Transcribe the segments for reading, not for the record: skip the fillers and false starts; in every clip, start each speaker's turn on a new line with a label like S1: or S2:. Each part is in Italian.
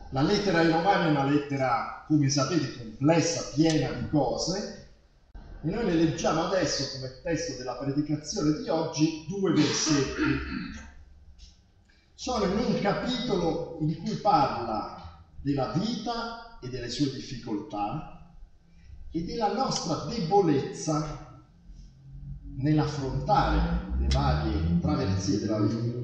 S1: La lettera ai Romani è una lettera, come sapete, complessa, piena di cose, e noi le leggiamo adesso come testo della predicazione di oggi, 2 versetti. Sono in un capitolo in cui parla della vita e delle sue difficoltà e della nostra debolezza nell'affrontare le varie traversie della vita.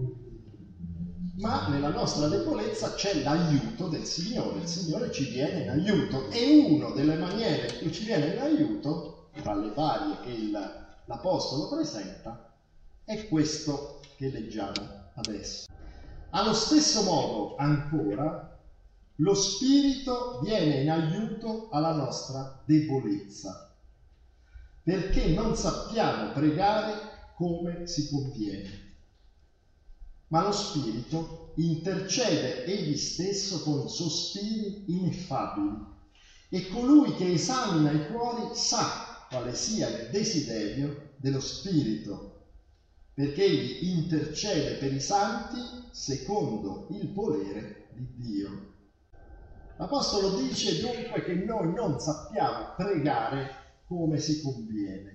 S1: Ma nella nostra debolezza c'è l'aiuto del Signore, il Signore ci viene in aiuto, e una delle maniere in cui ci viene in aiuto, tra le varie che l'Apostolo presenta, è questo che leggiamo adesso. Allo stesso modo, ancora, lo Spirito viene in aiuto alla nostra debolezza, perché non sappiamo pregare come si conviene. Ma lo Spirito intercede egli stesso con sospiri ineffabili, e colui che esamina i cuori sa quale sia il desiderio dello Spirito, perché egli intercede per i santi secondo il volere di Dio. L'Apostolo dice dunque che noi non sappiamo pregare come si conviene,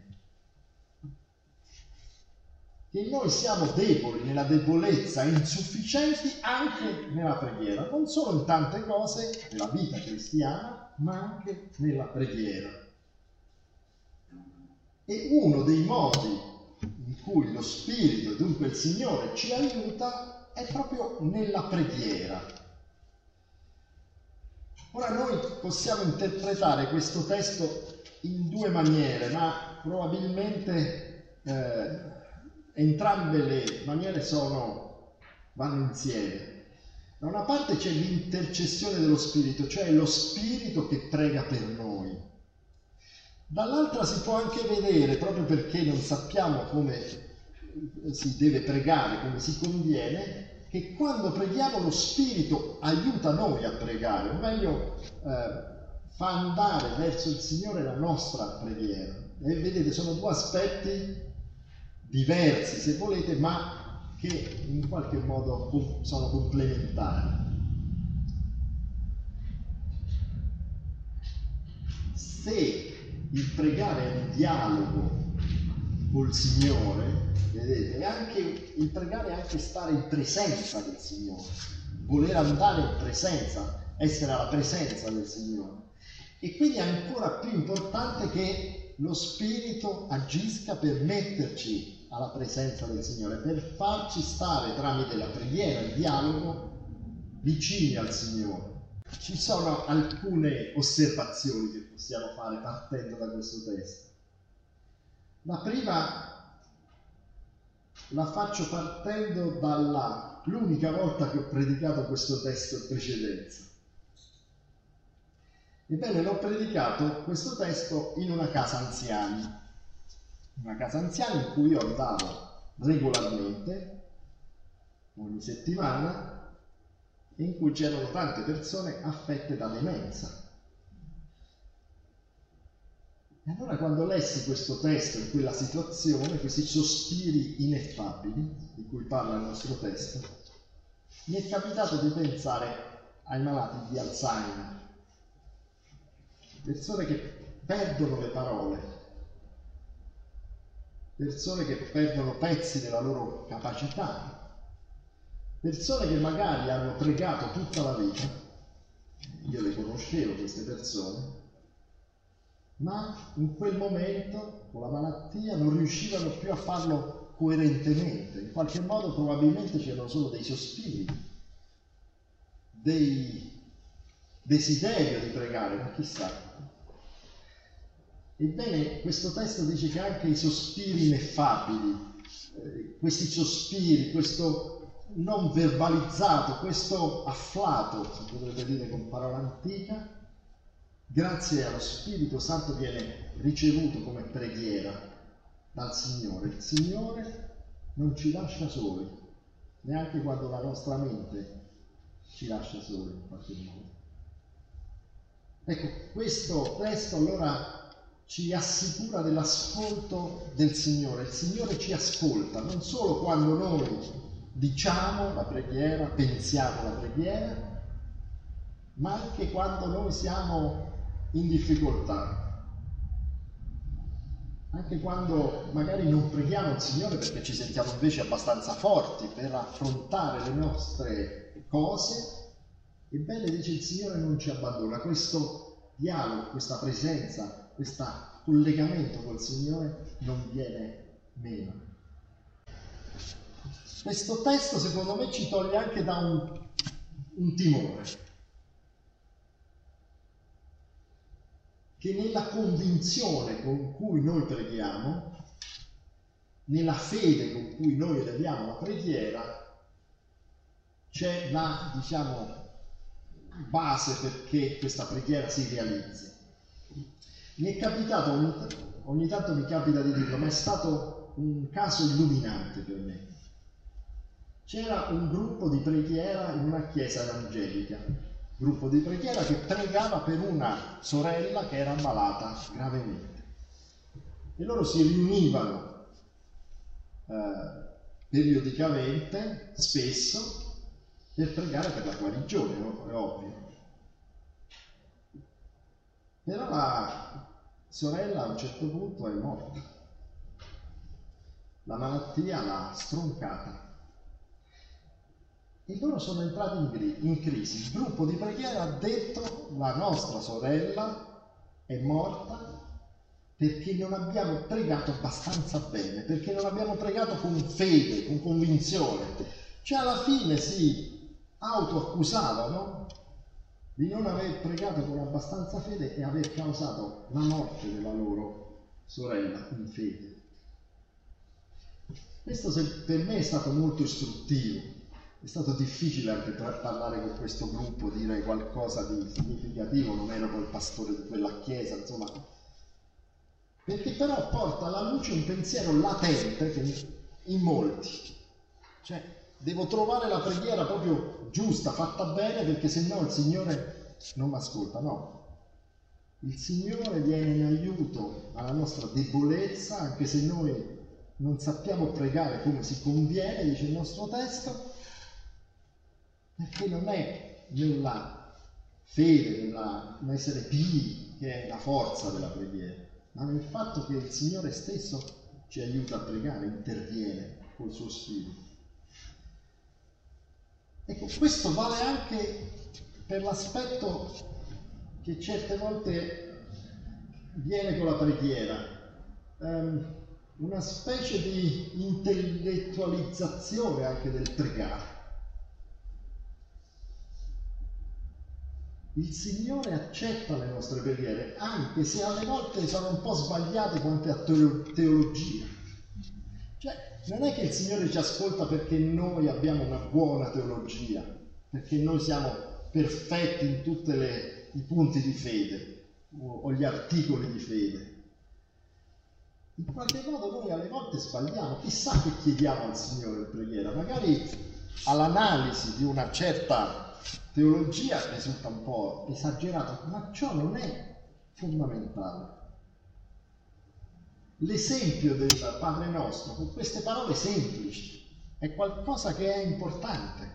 S1: che noi siamo deboli nella debolezza, insufficienti anche nella preghiera, non solo in tante cose della vita cristiana, ma anche nella preghiera. E uno dei modi in cui lo Spirito, e dunque il Signore, ci aiuta è proprio nella preghiera. Ora noi possiamo interpretare questo testo in 2 maniere, ma probabilmente entrambe le maniere vanno insieme. Da una parte c'è l'intercessione dello Spirito, cioè lo Spirito che prega per noi. Dall'altra si può anche vedere, proprio perché non sappiamo come si deve pregare, come si conviene, che quando preghiamo lo Spirito aiuta noi a pregare, o meglio fa andare verso il Signore la nostra preghiera. E vedete, sono 2 aspetti diversi, se volete, ma che in qualche modo sono complementari. Se il pregare è un dialogo col Signore, vedete, il pregare è anche stare in presenza del Signore, voler andare in presenza, essere alla presenza del Signore. E quindi è ancora più importante che lo Spirito agisca per metterci alla presenza del Signore, per farci stare tramite la preghiera, il dialogo, vicini al Signore. Ci sono alcune osservazioni che possiamo fare partendo da questo testo. La prima la faccio partendo dall'unica volta che ho predicato questo testo in precedenza. Ebbene, l'ho predicato questo testo in una casa anziani in cui io andavo regolarmente, ogni settimana, e in cui c'erano tante persone affette da demenza. E allora, quando lessi questo testo in quella situazione, questi sospiri ineffabili di cui parla il nostro testo, mi è capitato di pensare ai malati di Alzheimer, persone che perdono le parole, persone che perdono pezzi della loro capacità, persone che magari hanno pregato tutta la vita, io le conoscevo queste persone, ma in quel momento, con la malattia, non riuscivano più a farlo coerentemente. In qualche modo probabilmente c'erano solo dei sospiri, dei desiderio di pregare, ma chissà. Ebbene, questo testo dice che anche i sospiri ineffabili, questi sospiri, questo non verbalizzato, questo afflato, si potrebbe dire con parola antica, grazie allo Spirito Santo viene ricevuto come preghiera dal Signore. Il Signore non ci lascia soli, neanche quando la nostra mente ci lascia soli in qualche modo. Ecco, questo testo allora ci assicura dell'ascolto del Signore. Il Signore ci ascolta, non solo quando noi diciamo la preghiera, pensiamo la preghiera, ma anche quando noi siamo in difficoltà. Anche quando magari non preghiamo il Signore perché ci sentiamo invece abbastanza forti per affrontare le nostre cose, ebbene dice il Signore non ci abbandona. Questo dialogo, questa presenza, questo collegamento col Signore non viene meno. Questo testo secondo me ci toglie anche da un timore, che nella convinzione con cui noi preghiamo, nella fede con cui noi eleviamo la preghiera, c'è la, base perché questa preghiera si realizzi. Mi è capitato, ogni tanto mi capita di dirlo, ma è stato un caso illuminante per me. C'era un gruppo di preghiera in una chiesa evangelica, gruppo di preghiera che pregava per una sorella che era ammalata gravemente. E loro si riunivano periodicamente, spesso, per pregare per la guarigione, è ovvio. Però la sorella a un certo punto è morta. La malattia l'ha stroncata. E loro sono entrati in crisi. Il gruppo di preghiera ha detto: la nostra sorella è morta perché non abbiamo pregato abbastanza bene, perché non abbiamo pregato con fede, con convinzione. Cioè alla fine si autoaccusavano di non aver pregato con abbastanza fede e aver causato la morte della loro sorella in fede. Questo per me è stato molto istruttivo. È stato difficile anche parlare con questo gruppo, dire qualcosa di significativo, non ero col pastore di quella chiesa, insomma, perché però porta alla luce un pensiero latente che in molti, cioè devo trovare la preghiera proprio giusta, fatta bene, perché se no il Signore non mi ascolta. No, il Signore viene in aiuto alla nostra debolezza, anche se noi non sappiamo pregare come si conviene, dice il nostro testo, perché non è nella fede, nell'essere pii che è la forza della preghiera, ma nel fatto che il Signore stesso ci aiuta a pregare, interviene col suo Spirito. Ecco, questo vale anche per l'aspetto che certe volte viene con la preghiera, una specie di intellettualizzazione anche del pregare. Il Signore accetta le nostre preghiere, anche se alle volte sono un po' sbagliate quanto a teologia. Cioè, non è che il Signore ci ascolta perché noi abbiamo una buona teologia, perché noi siamo perfetti in tutti i punti di fede o gli articoli di fede. In qualche modo noi alle volte sbagliamo, chissà che chiediamo al Signore in preghiera, magari all'analisi di una certa teologia risulta un po' esagerato, ma ciò non è fondamentale. L'esempio del Padre nostro, con queste parole semplici, è qualcosa che è importante,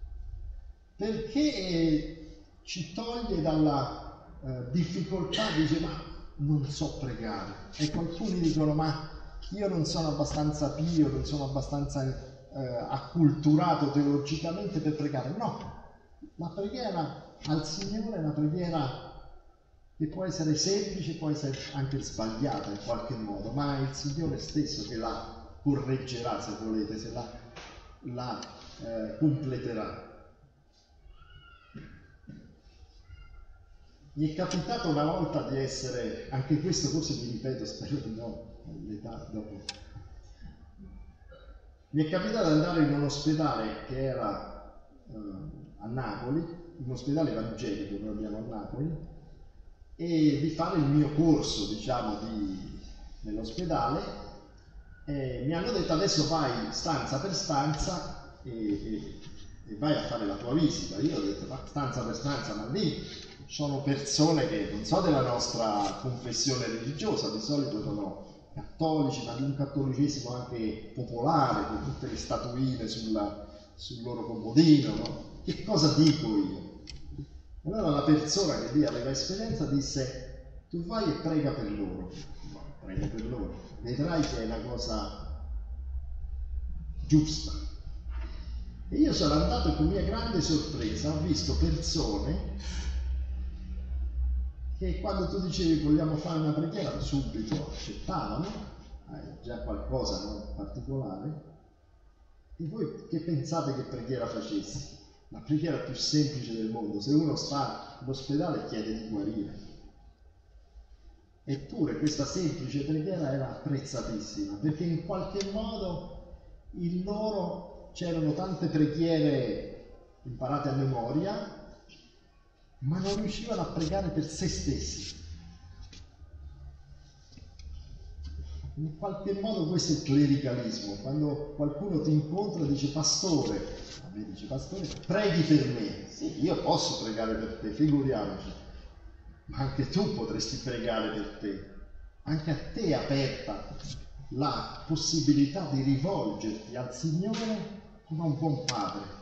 S1: perché ci toglie dalla difficoltà di dire ma non so pregare. Ecco, alcuni dicono ma io non sono abbastanza pio, non sono abbastanza acculturato teologicamente per pregare. No, la preghiera al Signore è una preghiera che può essere semplice, può essere anche sbagliata in qualche modo, ma è il Signore stesso che la correggerà, se volete, se la completerà. Mi è capitato una volta di essere, anche questo forse mi ripeto, spero di no, l'età dopo. Mi è capitato di andare in un ospedale che era a Napoli, un ospedale evangelico che abbiamo a Napoli, e di fare il mio corso, nell'ospedale. Mi hanno detto adesso vai stanza per stanza e vai a fare la tua visita. Io ho detto ma stanza per stanza, ma lì sono persone che non so della nostra confessione religiosa, di solito sono cattolici, ma di un cattolicesimo anche popolare, con tutte le statuine sul loro comodino, no? Che cosa dico io? Allora la persona che lì aveva esperienza disse: tu vai e prega per loro. Ma prega per loro, vedrai che è una cosa giusta. E io sono andato e con mia grande sorpresa ho visto persone che quando tu dicevi vogliamo fare una preghiera subito accettavano, già qualcosa no, particolare. E voi che pensate che preghiera facessi? La preghiera più semplice del mondo. Se uno sta all'ospedale e chiede di guarire. Eppure questa semplice preghiera era apprezzatissima, perché in qualche modo in loro c'erano tante preghiere imparate a memoria, ma non riuscivano a pregare per se stessi. In qualche modo questo è il clericalismo. Quando qualcuno ti incontra e dice pastore, a me dice pastore, preghi per me. Sì, io posso pregare per te, figuriamoci, ma anche tu potresti pregare per te. Anche a te è aperta la possibilità di rivolgerti al Signore come un buon padre.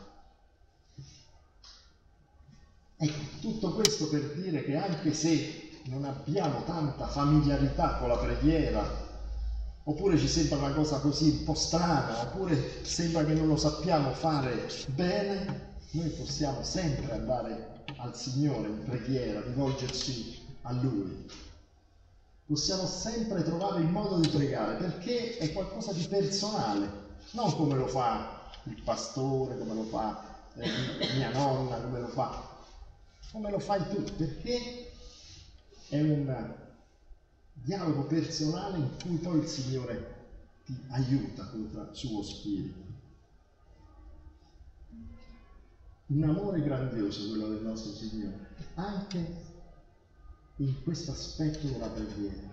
S1: Ecco, tutto questo per dire che anche se non abbiamo tanta familiarità con la preghiera, oppure ci sembra una cosa così un po' strana, oppure sembra che non lo sappiamo fare bene, noi possiamo sempre andare al Signore in preghiera, rivolgerci a Lui. Possiamo sempre trovare il modo di pregare, perché è qualcosa di personale, non come lo fa il pastore, come lo fa mia nonna, come lo fai tu, perché è un dialogo personale in cui poi il Signore ti aiuta con il suo spirito. Un amore grandioso quello del nostro Signore, anche in questo aspetto della preghiera.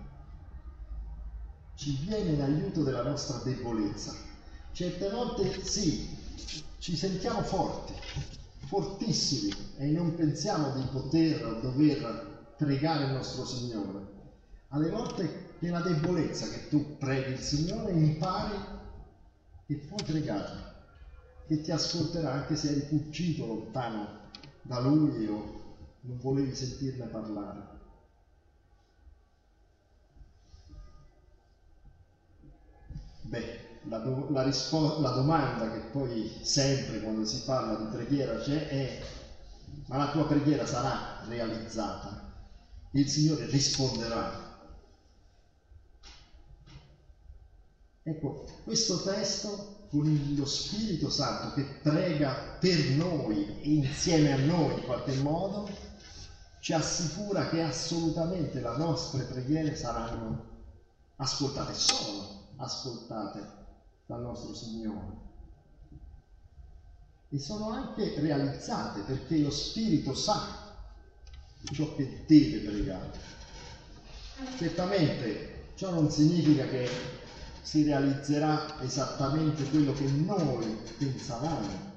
S1: Ci viene in aiuto della nostra debolezza. Certe volte sì, ci sentiamo forti, fortissimi, e non pensiamo di poter o dover pregare il nostro Signore. Alle volte nella debolezza che tu preghi il Signore impari che puoi pregarlo, che ti ascolterà anche se eri fuggito lontano da Lui o non volevi sentirne parlare. Beh, la domanda che poi sempre quando si parla di preghiera c'è è: ma la tua preghiera sarà realizzata? Il Signore risponderà? Ecco, questo testo con lo Spirito Santo che prega per noi e insieme a noi in qualche modo ci assicura che assolutamente le nostre preghiere saranno ascoltate, sono ascoltate dal nostro Signore e sono anche realizzate, perché lo Spirito sa ciò che deve pregare. Certamente ciò non significa che si realizzerà esattamente quello che noi pensavamo,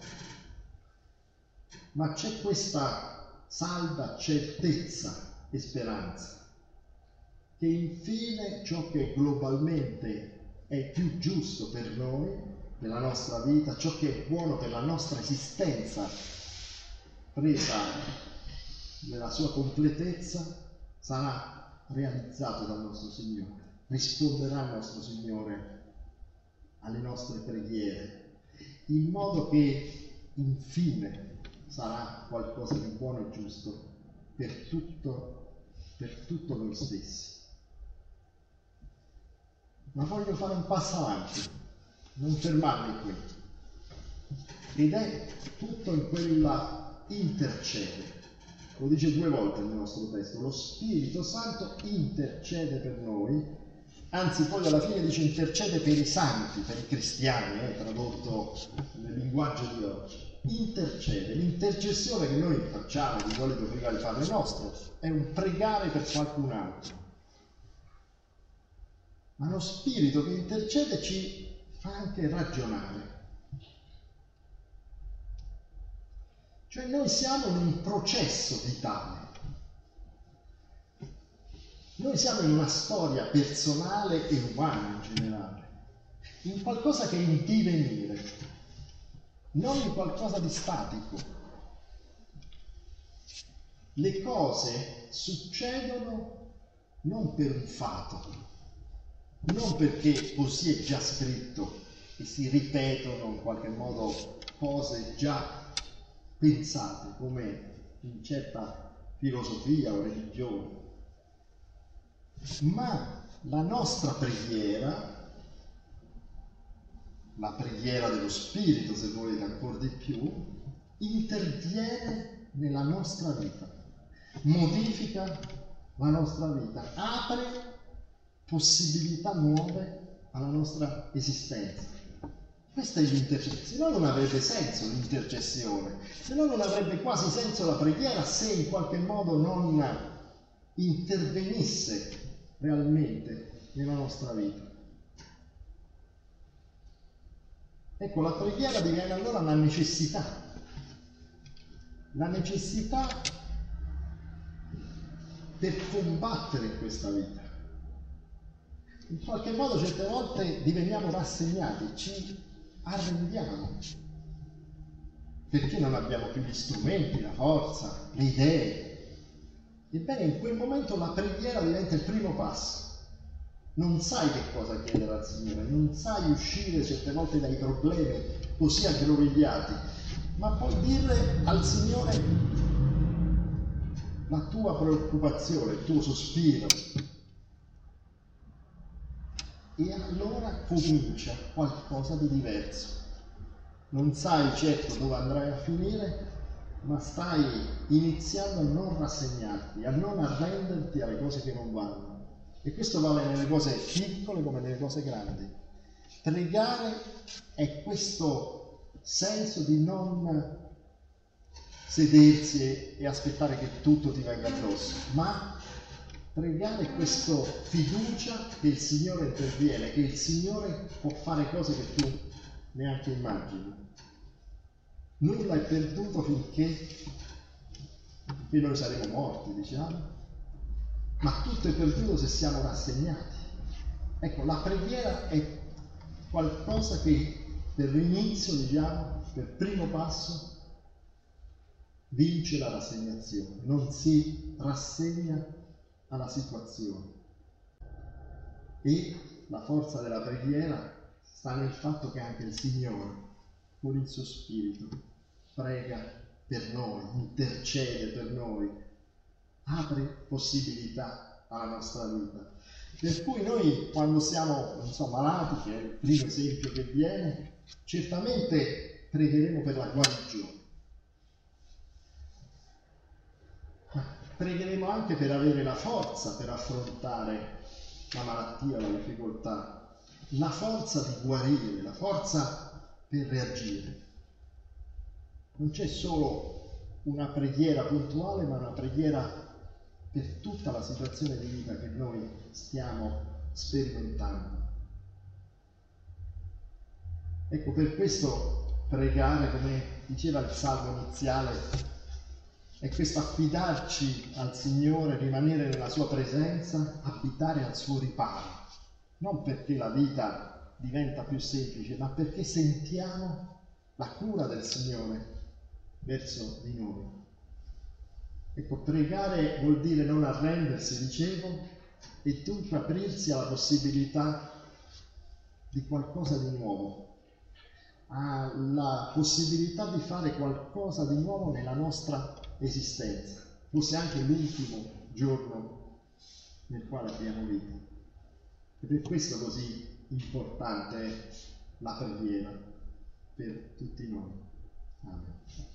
S1: ma c'è questa salda certezza e speranza che infine ciò che globalmente è più giusto per noi, per la nostra vita, ciò che è buono per la nostra esistenza presa nella sua completezza, sarà realizzato dal nostro Signore. Risponderà il nostro Signore alle nostre preghiere, in modo che infine sarà qualcosa di buono e giusto per tutto noi stessi. Ma voglio fare un passo avanti, non fermarmi qui. Ed è tutto in quella intercede. Lo dice 2 volte nel nostro testo: lo Spirito Santo intercede per noi, anzi poi alla fine dice intercede per i santi, per i cristiani, tradotto nel linguaggio di oggi. Intercede. L'intercessione che noi facciamo di solito prima del Padre nostro è un pregare per qualcun altro. Ma lo Spirito che intercede ci fa anche ragionare. Cioè noi siamo in un processo vitale. Noi siamo in una storia personale e umana in generale, in qualcosa che è in divenire, non in qualcosa di statico. le cose succedono non per un fato, non perché così è già scritto e si ripetono in qualche modo cose già pensate come in certa filosofia o religione, ma la nostra preghiera, la preghiera dello Spirito, se volete ancora di più, interviene nella nostra vita, modifica la nostra vita, apre possibilità nuove alla nostra esistenza. Questa è l'intercessione, se no non avrebbe senso l'intercessione, se no non avrebbe quasi senso la preghiera se in qualche modo non intervenisse realmente nella nostra vita. Ecco, la preghiera diviene allora una necessità, la necessità per combattere in questa vita. In qualche modo certe volte diveniamo rassegnati, ci arrendiamo, perché non abbiamo più gli strumenti, la forza, le idee. Ebbene, in quel momento la preghiera diventa il primo passo. Non sai che cosa chiedere al Signore, non sai uscire certe volte dai problemi così aggrovigliati, ma puoi dire al Signore la tua preoccupazione, il tuo sospiro. E allora comincia qualcosa di diverso. Non sai certo dove andrai a finire, ma stai iniziando a non rassegnarti, a non arrenderti alle cose che non vanno. E questo vale nelle cose piccole come nelle cose grandi. Pregare è questo senso di non sedersi e aspettare che tutto ti venga addosso, ma pregare è questa fiducia che il Signore interviene, che il Signore può fare cose che tu neanche immagini. Nulla è perduto finché noi saremo morti, diciamo, ma tutto è perduto se siamo rassegnati. Ecco, la preghiera è qualcosa che per l'inizio, diciamo, per primo passo, vince la rassegnazione, non si rassegna alla situazione. E la forza della preghiera sta nel fatto che anche il Signore, con il suo Spirito, prega per noi, intercede per noi, apre possibilità alla nostra vita. Per cui noi quando siamo, malati, che è il primo esempio che viene, certamente pregheremo per la guarigione. Ma pregheremo anche per avere la forza per affrontare la malattia, la difficoltà, la forza di guarire, la forza per reagire. Non c'è solo una preghiera puntuale, ma una preghiera per tutta la situazione di vita che noi stiamo sperimentando. Ecco, per questo pregare, come diceva il salmo iniziale, è questo affidarci al Signore, rimanere nella sua presenza, abitare al suo riparo. Non perché la vita diventa più semplice, ma perché sentiamo la cura del Signore verso di noi. Ecco, pregare vuol dire non arrendersi, dicevo, e dunque aprirsi alla possibilità di qualcosa di nuovo, alla possibilità di fare qualcosa di nuovo nella nostra esistenza, forse anche l'ultimo giorno nel quale abbiamo vita. E per questo così importante è la preghiera per tutti noi. Amen.